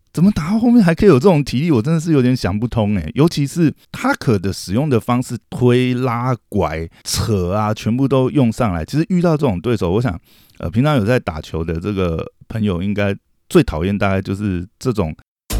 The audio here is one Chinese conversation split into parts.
怎么打到后面还可以有这种体力，我真的是有点想不通尤其是他可的使用的方式，推拉拐扯啊，全部都用上来。其实遇到这种对手，我想平常有在打球的这个朋友应该最讨厌大概就是这种。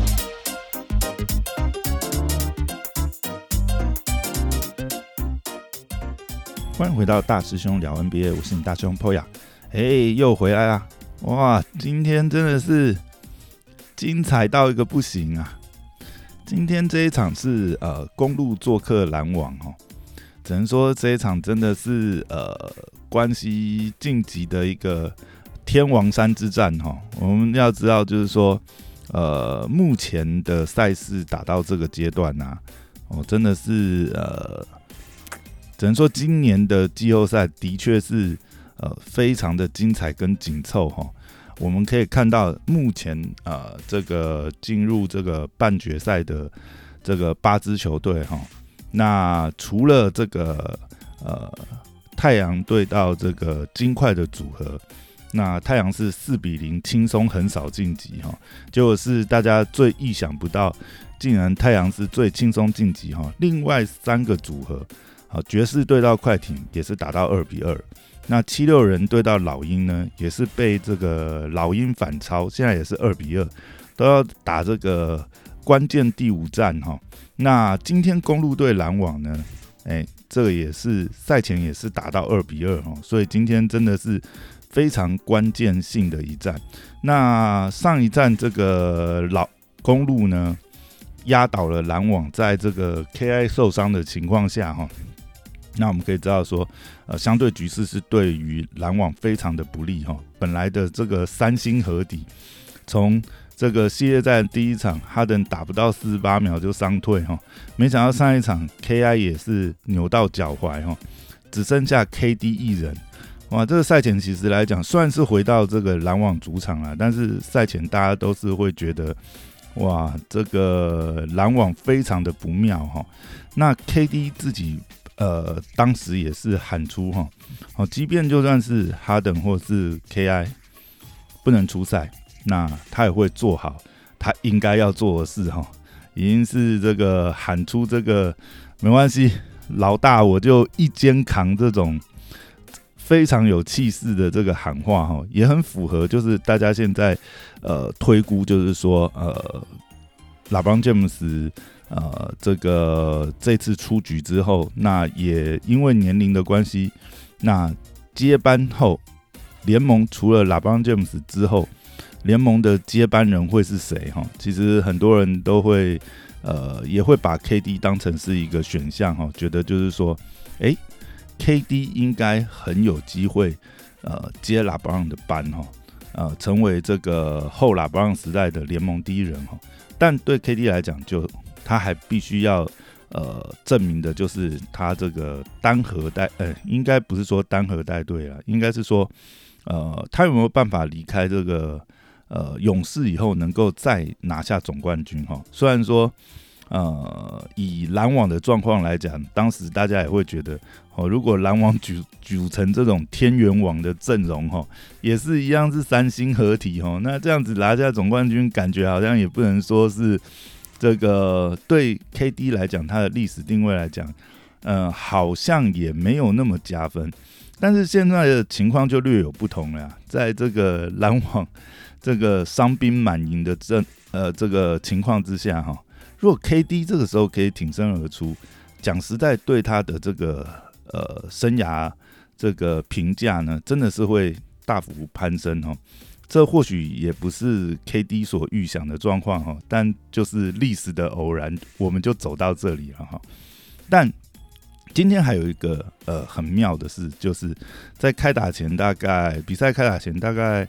欢迎回到大师兄聊 NBA， 我是你大师兄 Poya。又回来啦！哇，今天真的是精彩到一个不行啊！今天这一场是公鹿做客篮网只能说这一场真的是关系晋级的一个天王山之战我们要知道就是说目前的赛事打到这个阶段真的是只能说今年的季后赛的确是非常的精彩跟紧凑我们可以看到目前这个进入这个半决赛的这个8支球队那除了这个太阳对到这个金块的组合，那太阳是4-0轻松横扫晋级结果是大家最意想不到，竟然太阳是最轻松晋级另外3个组合爵士对到快艇也是打到2-2，那76人对到老鹰呢，也是被这个老鹰反超，现在也是2-2，都要打这个关键第5战那今天公鹿对篮网呢，这个也是赛前也是打到2-2所以今天真的是非常关键性的一战。那上一站这个公鹿呢，压倒了篮网，在这个 KI 受伤的情况下那我们可以知道说相对局势是对于篮网非常的不利本来的这个3星合体，从这个系列赛第一场哈登打不到48秒就伤退没想到上一场 KI 也是扭到脚踝只剩下 KD 一人。哇，这个赛前其实来讲，虽然是回到这个篮网主场但是赛前大家都是会觉得哇，这个篮网非常的不妙那 KD 自己当时也是喊出即便就算是哈登或是 KI 不能出赛，那他也会做好他应该要做的事已经是这个喊出这个没关系，老大我就一肩扛这种非常有气势的这个喊话也很符合就是大家现在推估，就是说LeBron James这次出局之后，那也因为年龄的关系，那接班后联盟除了 LeBron James 之后，联盟的接班人会是谁其实很多人都会也会把 KD 当成是一个选项觉得就是说KD 应该很有机会接 LeBron 的班成为这个后 LeBron 时代的联盟第一人但对 KD 来讲，就他还必须要证明的就是他这个单核带应该不是说单核带队啦，应该是说他有没有办法离开这个勇士以后能够再拿下总冠军虽然说以篮网的状况来讲，当时大家也会觉得如果篮网组成这种天元网的阵容也是一样是3星合体那这样子拿下总冠军，感觉好像也不能说是这个对 KD 来讲，他的历史定位来讲好像也没有那么加分。但是现在的情况就略有不同了在这个篮网这个伤兵满营的这个情况之下如果 KD 这个时候可以挺身而出，讲实在对他的这个生涯这个评价呢，真的是会大幅攀升这或许也不是 KD 所预想的状况但就是历史的偶然，我们就走到这里了但今天还有一个很妙的事，就是在开打前大概比赛开打前大概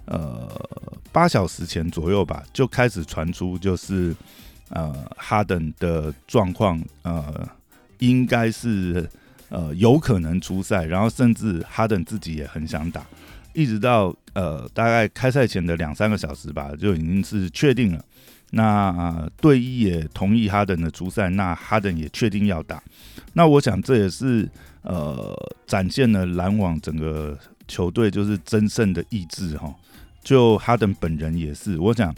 8小时前左右吧，就开始传出就是哈登的状况应该是有可能出赛，然后甚至哈登自己也很想打，一直到大概开赛前的2-3个小时吧，就已经是确定了。那队医也同意哈登的出赛，那哈登也确定要打。那我想这也是展现了篮网整个球队就是争胜的意志就哈登本人也是，我想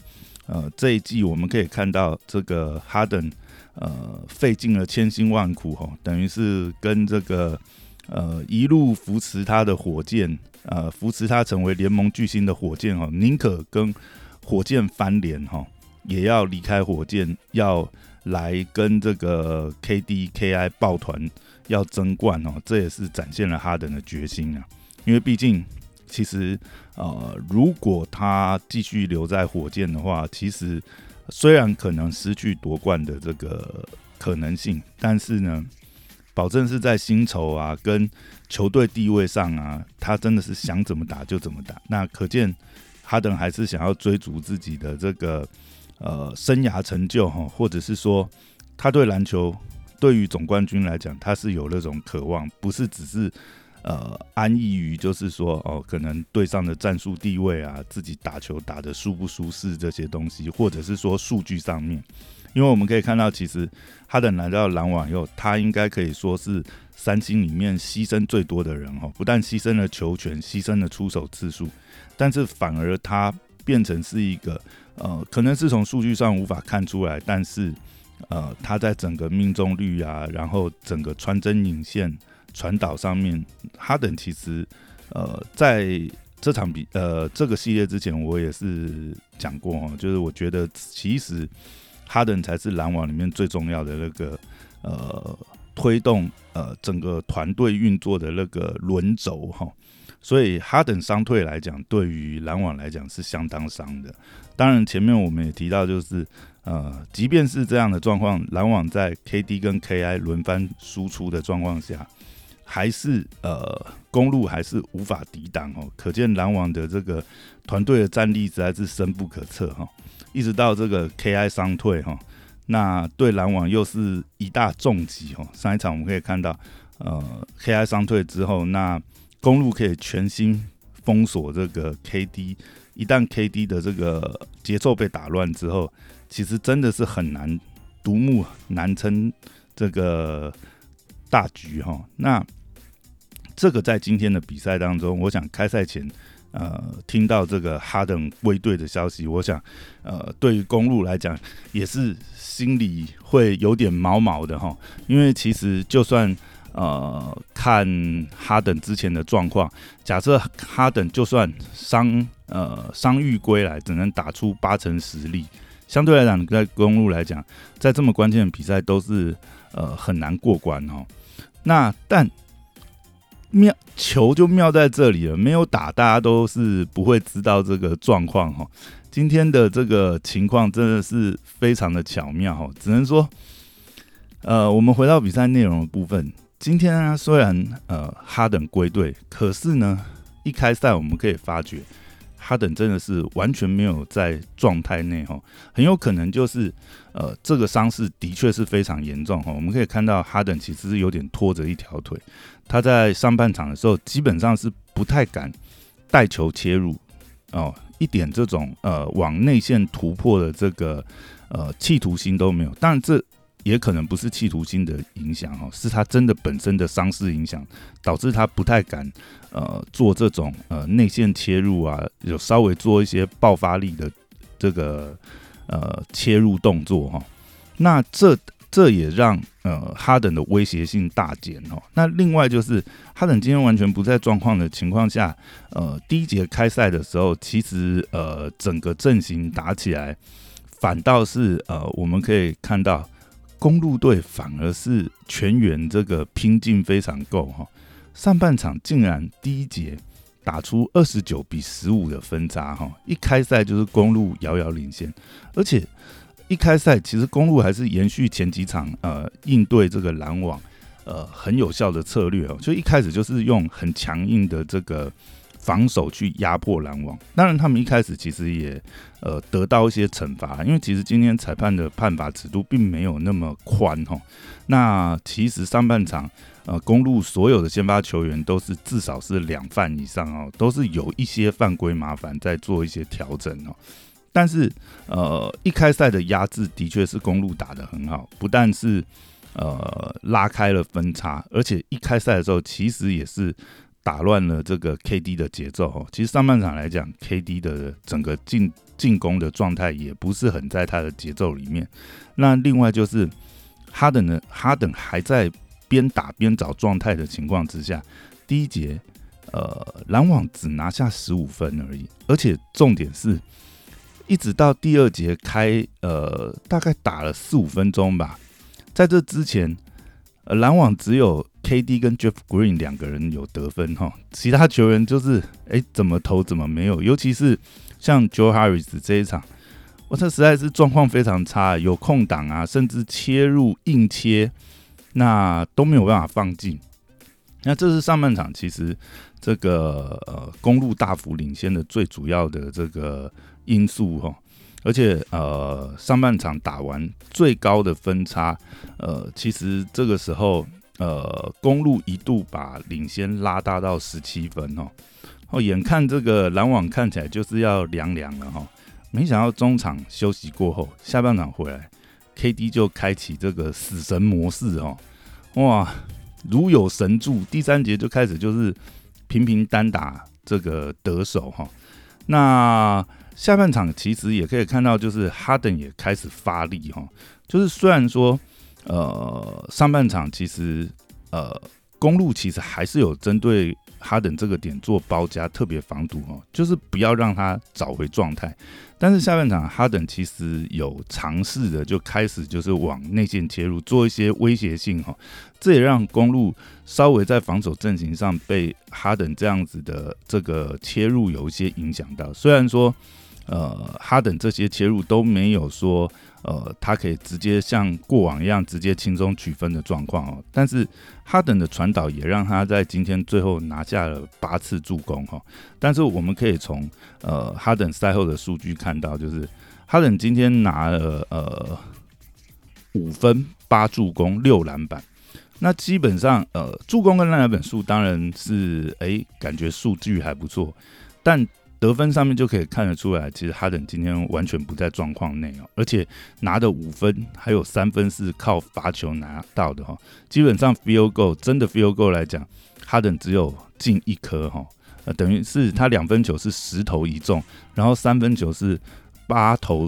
这一季我们可以看到这个哈登费尽了千辛万苦等于是跟这个一路扶持他的火箭，扶持他成为联盟巨星的火箭宁可跟火箭翻脸也要离开火箭，要来跟这个 KD、KI 抱团要争冠这也是展现了哈登的决心啊。因为毕竟其实如果他继续留在火箭的话，其实虽然可能失去夺冠的这个可能性，但是呢，保证是在薪酬啊跟球队地位上啊，他真的是想怎么打就怎么打。那可见哈登还是想要追逐自己的这个生涯成就或者是说他对篮球对于总冠军来讲，他是有那种渴望，不是只是安逸于就是说可能队上的战术地位啊，自己打球打得舒不舒适这些东西，或者是说数据上面。因为我们可以看到，其实哈登来到篮网以后，他应该可以说是三星里面牺牲最多的人不但牺牲了球权，牺牲了出手次数，但是反而他变成是一个可能是从数据上无法看出来，但是他在整个命中率啊，然后整个传真引线、传导上面，哈登其实在这场这个系列之前，我也是讲过就是我觉得其实哈登才是篮网里面最重要的那个推动整个团队运作的那个轮轴所以哈登伤退来讲，对于篮网来讲是相当伤的。当然前面我们也提到，就是即便是这样的状况，篮网在 KD 跟 KI 轮番输出的状况下，还是公路还是无法抵挡可见篮网的这个团队的战力实在是深不可测一直到这个 KI 伤退那对篮网又是一大重击上一场我们可以看到KI 伤退之后，那公路可以全心封锁这个 KD， 一旦 KD 的这个节奏被打乱之后，其实真的是很难独木难撑这个大局那这个在今天的比赛当中，我想开赛前听到这个哈登归队的消息，我想对于公路来讲也是心里会有点毛毛的因为其实就算看哈登之前的状况，假设哈登就算伤愈归来，只能打出80%实力，相对来讲，在公路来讲，在这么关键的比赛都是很难过关那但球就妙在这里了，没有打，大家都是不会知道这个状况今天的这个情况真的是非常的巧妙只能说，我们回到比赛内容的部分。今天虽然哈登归队，可是呢，一开赛我们可以发觉，哈登真的是完全没有在状态内很有可能就是这个伤势的确是非常严重我们可以看到哈登其实是有点拖着一条腿，他在上半场的时候基本上是不太敢带球切入一点这种往内线突破的这个企图心都没有。当然这也可能不是企图心的影响是他真的本身的伤势影响，导致他不太敢做这种内线切入啊，有稍微做一些爆发力的这个切入动作那这也让哈登的威胁性大减那另外就是哈登今天完全不在状况的情况下，第一节开赛的时候，其实整个阵型打起来，反倒是我们可以看到。公路队反而是全员这个拼劲非常够上半场竟然第一节打出29-15的分差一开赛就是公路遥遥领先，而且一开赛其实公路还是延续前几场应对这个篮网很有效的策略就一开始就是用很强硬的这个防守去压迫篮网。当然他们一开始其实也得到一些惩罚，因为其实今天裁判的判罚尺度并没有那么宽那其实上半场公路所有的先发球员都是至少是2犯以上都是有一些犯规麻烦在做一些调整但是一开赛的压制的确是公路打得很好，不但是拉开了分差，而且一开赛的时候其实也是打乱了这个 KD 的节奏其实上半场来讲 KD 的整个进攻的状态也不是很在他的节奏里面。那另外就是哈登还在边打边找状态的情况之下，第一节篮网只拿下15分而已，而且重点是一直到第二节大概打了4-5分钟吧，在这之前篮网只有 KD 跟 Jeff Green 2个人有得分，其他球员就是怎么投怎么没有，尤其是像 Joe Harris 这一场，这实在是状况非常差，有空档啊，甚至切入硬切，那都没有办法放进。那这是上半场其实这个公鹿大幅领先的最主要的这个因素而且上半场打完最高的分差，其实这个时候公鹿一度把领先拉大到17分眼看这个篮网看起来就是要凉了没想到中场休息过后，下半场回来 KD 就开启这个死神模式哇，如有神助，第3节就开始就是频单打这个得手那下半场其实也可以看到，就是哈登也开始发力就是虽然说上半场其实公鹿其实还是有针对哈登这个点做包夹，特别防堵就是不要让他找回状态。但是下半场哈登其实有尝试的就开始就是往内线切入，做一些威胁性这也让公鹿稍微在防守阵型上被哈登这样子的这个切入有一些影响到。虽然说哈登这些切入都没有说他可以直接像过往一样直接轻松取分的状况但是哈登的传导也让他在今天最后拿下了8次助攻但是我们可以从哈登赛后的数据看到，就是哈登今天拿了5分8助攻6篮板，那基本上助攻跟篮板数当然是感觉数据还不错，但得分上面就可以看得出来，其实哈登今天完全不在状况内而且拿的5分还有3分是靠罚球拿到的基本上 field goal 真的 field goal 来讲，哈登只有进1颗等于是他2分球是10投1中，然后3分球是8投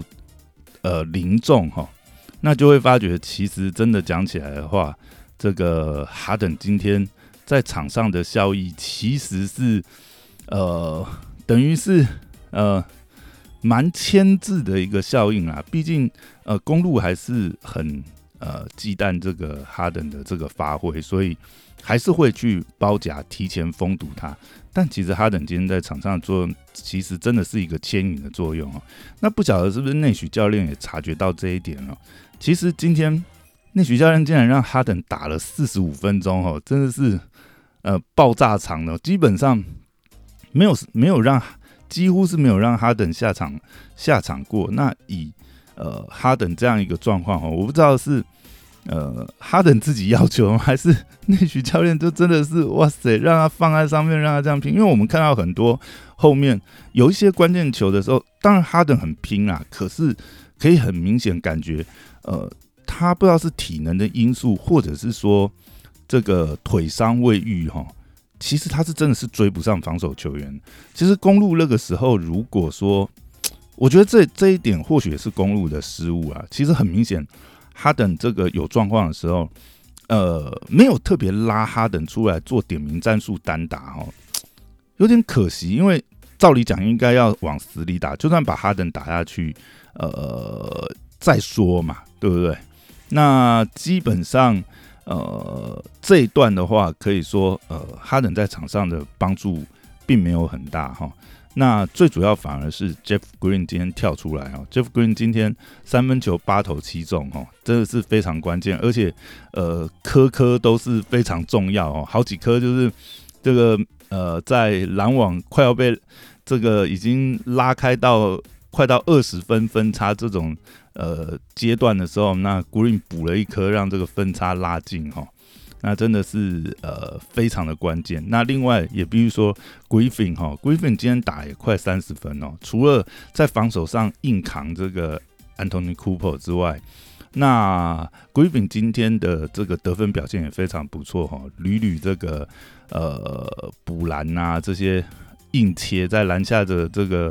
0中那就会发觉其实真的讲起来的话，这个哈登今天在场上的效益其实是等于是蛮牵制的一个效应啦，毕竟公鹿还是很忌惮这个哈登的这个发挥，所以还是会去包夹提前封堵他。但其实哈登今天在场上的作用其实真的是一个牵引的作用那不晓得是不是内许教练也察觉到这一点其实今天内许教练竟然让哈登打了45分钟真的是爆炸长的，基本上没有让，几乎是没有让哈登下场过。那以哈登这样一个状况我不知道是哈登自己要求还是内许教练就真的是哇塞让他放在上面让他这样拼，因为我们看到很多后面有一些关键球的时候，当然哈登很拼啦，可是可以很明显感觉他不知道是体能的因素，或者是说这个腿伤未愈其实他是真的是追不上防守球员。其实公鹿那个时候如果说，我觉得这一点或许也是公鹿的失误啊。其实很明显哈登这个有状况的时候没有特别拉哈登出来做点名战术单打有点可惜，因为照理讲应该要往死里打，就算把哈登打下去再说嘛，对不对？那基本上这一段的话可以说哈登在场上的帮助并没有很大那最主要反而是 Jeff Green 今天跳出来Jeff Green 今天3分球8投7中真的是非常关键，而且颗都是非常重要好几颗就是这个在篮网快要被这个已经拉开到快到20分分差这种阶段的时候，那 Green 补了1颗让这个分差拉近那真的是非常的关键。那另外也必须说 Griffin 今天打也快30分除了在防守上硬扛这个 Anthony Cooper 之外，那 Griffin 今天的这个得分表现也非常不错屡这个补篮啊这些硬切在篮下的这个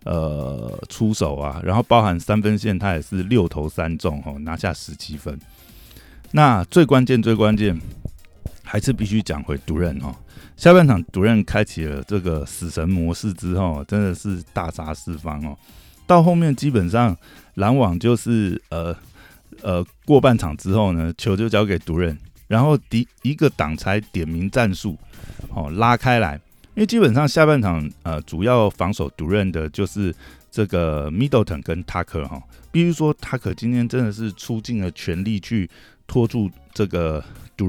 出手啊，然后包含三分线他也是6投3中拿下17分。那最关键还是必须讲回Durant下半场Durant开启了这个死神模式之后，真的是大杀四方到后面基本上篮网就是过半场之后呢，球就交给Durant，然后一个挡拆点名战术拉开来，因为基本上下半场主要防守Durant的就是这个 Middleton 跟 Tucker必须说 Tucker 今天真的是出尽了全力去拖住这个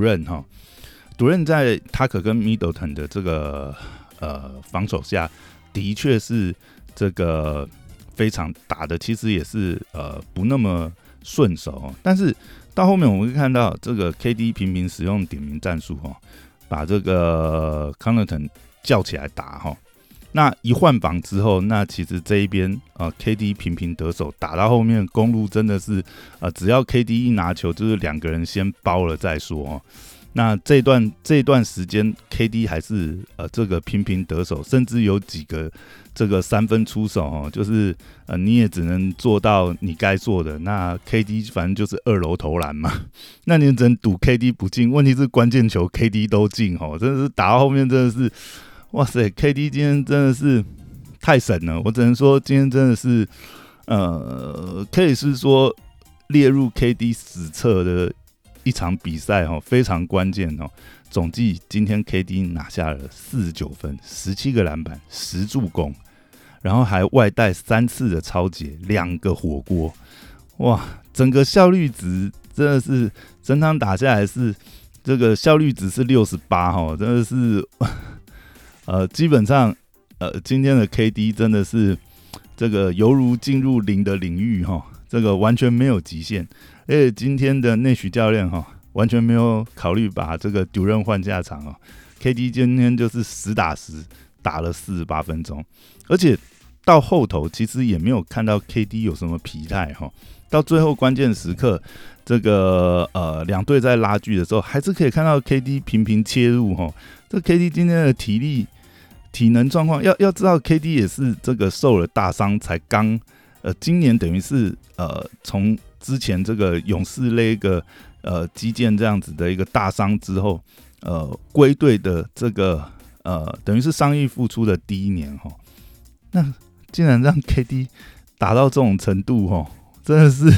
Durant在 Tucker 跟 Middleton 的这个防守下，的确是这个非常打的，其实也是不那么顺手但是到后面我们会看到这个 KD 频频使用点名战术把这个 Connaughton 叫起来打那一换防之后，那其实这一边KD 频频得手，打到后面公路真的是只要 KD 一拿球，就是2个人先包了再说那这一段时间 ，KD 还是这个频频得手，甚至有几个这个3分出手就是你也只能做到你该做的。那 KD 反正就是2楼投篮嘛，那你只能赌 KD 不进。问题是关键球 KD 都进真的是打到后面真的是，哇塞 ，KD 今天真的是太神了。我只能说今天真的是可以是说列入 KD 史册的一场比赛非常关键总计今天 KD 拿下了49分，17个篮板，10助攻，然后还外带3次的抄截，2个火锅，哇，整个效率值真的是整场打下来是这个效率值是68真的是基本上今天的 KD 真的是这个犹如进入零的领域这个完全没有极限。而且今天的内许教练完全没有考虑把这个Durant换下场KD 今天就是10打10打了48分钟，而且到后头其实也没有看到 KD 有什么疲态到最后关键时刻，这个两队在拉锯的时候，还是可以看到 KD 频频切入这 KD 今天的体能状况，要知道 KD 也是这个受了大伤才刚今年等于是从之前这个勇士那个击剑这样子的一个大伤之后归队的这个等于是伤愈复出的第一年那竟然让 KD 打到这种程度真的是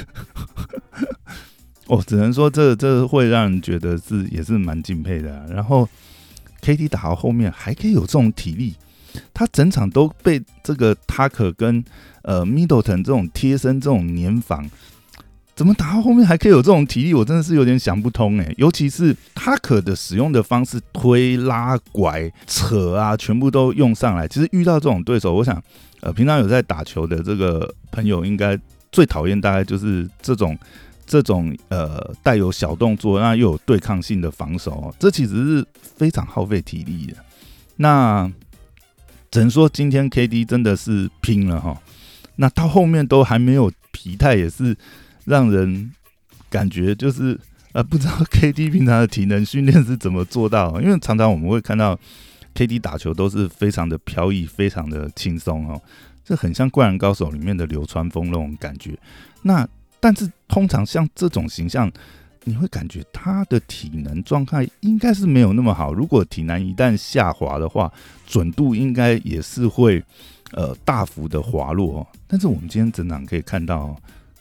只能说这会让人觉得也是蛮敬佩的然后 KD 打到后面还可以有这种体力，他整场都被这个 Tucker 跟Middleton 这种贴身这种黏防，怎么打到后面还可以有这种体力？我真的是有点想不通尤其是Tucker的使用的方式，推拉拐扯啊，全部都用上来。其实遇到这种对手，我想平常有在打球的这个朋友，应该最讨厌大概就是这种带有小动作，那又有对抗性的防守这其实是非常耗费体力的。那只能说今天 KD 真的是拼了那到后面都还没有疲态，也是让人感觉就是不知道 KD 平常的体能训练是怎么做到因为常常我们会看到 KD 打球都是非常的飘逸，非常的轻松这很像《灌篮高手》里面的流川枫那种感觉。那但是通常像这种形象，你会感觉他的体能状态应该是没有那么好。如果体能一旦下滑的话，准度应该也是会大幅的滑落但是我们今天整场可以看到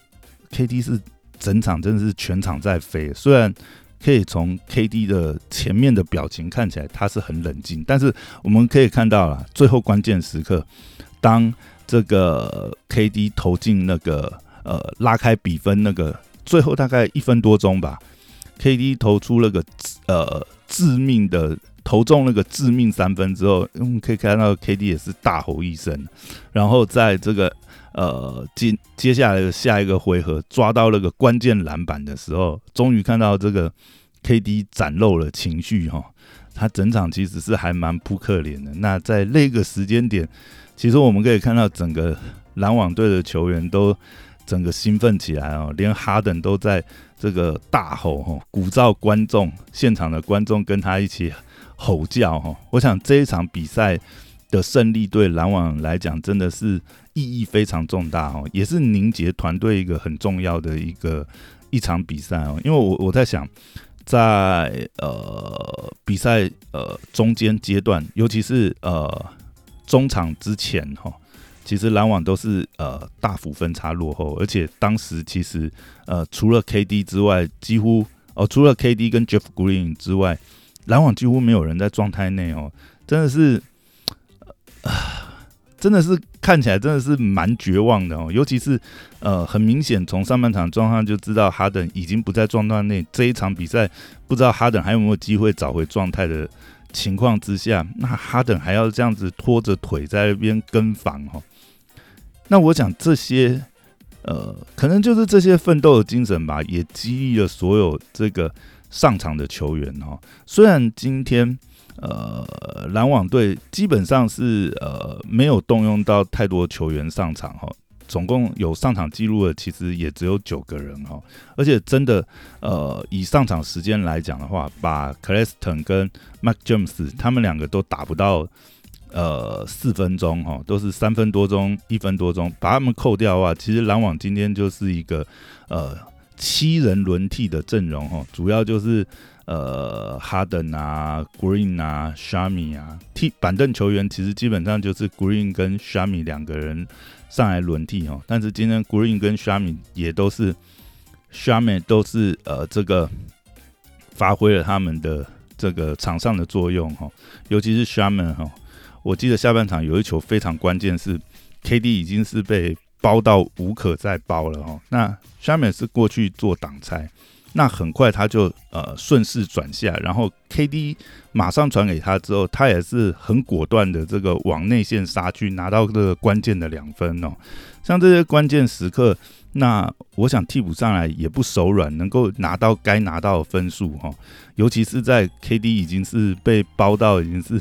KD 是整场真的是全场在飞，虽然可以从 KD 的前面的表情看起来他是很冷静，但是我们可以看到啦，最后关键时刻，当这个 KD 投进那个拉开比分那个最后大概1分多钟吧 ，KD 投出那个致命的投中那个致命3分之后，我们可以看到 KD 也是大吼一声，然后在这个接下来的下一个回合抓到那个关键篮板的时候，终于看到这个 KD 展露了情绪他整场其实是还蛮扑克脸的。那在那个时间点，其实我们可以看到整个篮网队的球员都整个兴奋起来连哈登都在这个大吼鼓噪观众，现场的观众跟他一起吼叫我想这一场比赛的胜利对篮网来讲真的是意义非常重大哦，也是凝结团队一个很重要的一场比赛哦。因为我在想，在比赛中间阶段，尤其是中场之前哈，其实篮网都是大幅分差落后，而且当时其实除了 KD 之外，几乎除了 KD 跟 Jeff Green 之外，篮网几乎没有人在状态内哦，真的是看起来真的是蛮绝望的哦，尤其是很明显从上半场状况就知道哈登已经不在状态内，这一场比赛不知道哈登还有没有机会找回状态的情况之下，那哈登还要这样子拖着腿在那边跟防哦，那我想这些可能就是这些奋斗的精神吧，也激励了所有这个上场的球员哦。虽然今天篮网队基本上是没有动用到太多球员上场哈，总共有上场记录的其实也只有9个人哈，而且真的以上场时间来讲的话，把 Claxton 跟 Mike James 他们2个都打不到4分钟哈，都是3分多钟、1分多钟，把他们扣掉的话，其实篮网今天就是一个7人轮替的阵容哈，主要就是哈登啊、Green 啊、Shami 啊，板凳球员其实基本上就是 Green 跟 Shami 2个人上来轮替哈，但是今天 Green 跟 Shami 也都是这个发挥了他们的这个场上的作用哈，尤其是 Shami 哈。我记得下半场有一球非常关键，是 KD 已经是被包到无可再包了哦。那 Shami 是过去做挡拆，那很快他就顺势转下，然后 KD 马上传给他之后，他也是很果断的这个往内线杀去，拿到这个关键的2分哦。像这些关键时刻，那我想替补上来也不手软，能够拿到该拿到的分数哈。尤其是在 KD 已经是被包到已经是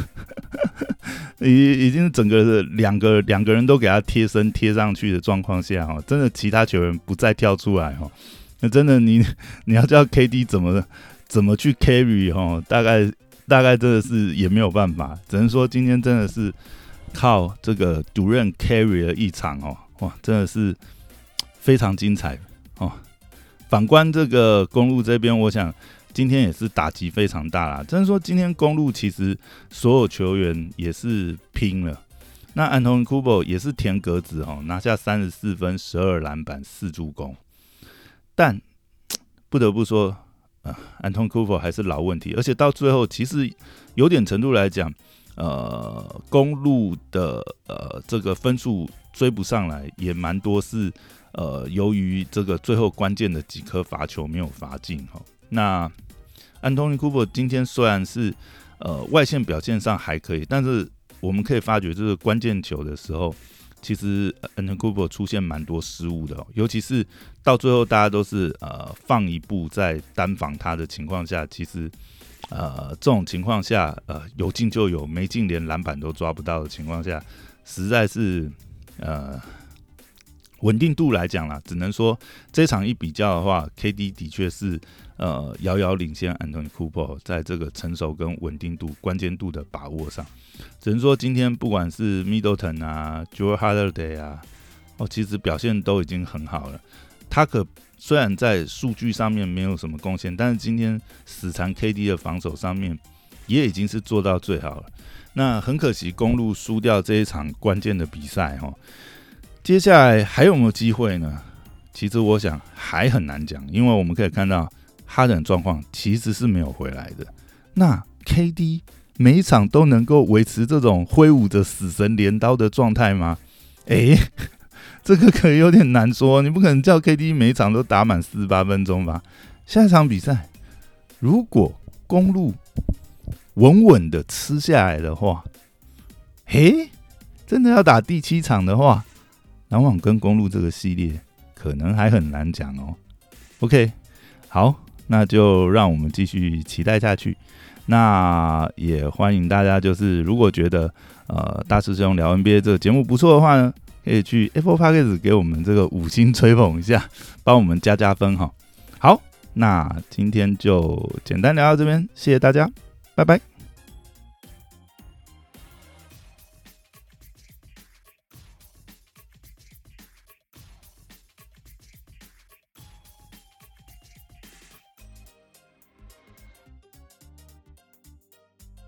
已经整个两个人都给他贴身贴上去的状况下哈，真的其他球员不再跳出来哈，那真的你要叫 KD 怎么去 carry 哈，大概真的是也没有办法，只能说今天真的是靠这个Durant carry 了一场哦，哇，真的是非常精彩哦。反观这个公鹿这边，我想今天也是打击非常大啦。真的说，今天公鹿其实所有球员也是拼了。那Anthony Kubo也是填格子哦，拿下34分、12篮板、4助攻。但不得不说，Anthony Kubo还是老问题，而且到最后其实有点程度来讲，公鹿的这个分数追不上来，也蛮多是由于这个最后关键的几颗罚球没有罚进哈。那Anthony Kubo今天虽然是外线表现上还可以，但是我们可以发觉，这个关键球的时候，其实Anthony Kubo出现蛮多失误的尤其是到最后大家都是放一步在单防他的情况下，其实这种情况下有进就有，没进连篮板都抓不到的情况下，实在是稳定度来讲啦，只能说这场一比较的话 ，KD 的确是遥遥领先 Anthony Kubo 在这个成熟跟稳定度、关键度的把握上。只能说今天不管是 Middleton 啊、Jrue Holiday 啊，其实表现都已经很好了。他虽然在数据上面没有什么贡献，但是今天死缠 KD 的防守上面也已经是做到最好了。那很可惜，公鹿输掉这一场关键的比赛接下来还有没有机会呢？其实我想还很难讲，因为我们可以看到哈登的状况其实是没有回来的。那 KD 每一场都能够维持这种挥舞着死神镰刀的状态吗？这个可有点难说，你不可能叫 KD 每一场都打满48分钟吧？下一场比赛，如果公鹿稳稳的吃下来的话，真的要打第7场的话，篮网跟公鹿这个系列可能还很难讲哦。OK， 好，那就让我们继续期待下去。那也欢迎大家，就是如果觉得大师兄聊 NBA 这个节目不错的话呢，可以去 Apple Podcast 给我们这个5星吹捧一下，帮我们加分哈。好，那今天就简单聊到这边，谢谢大家，拜拜。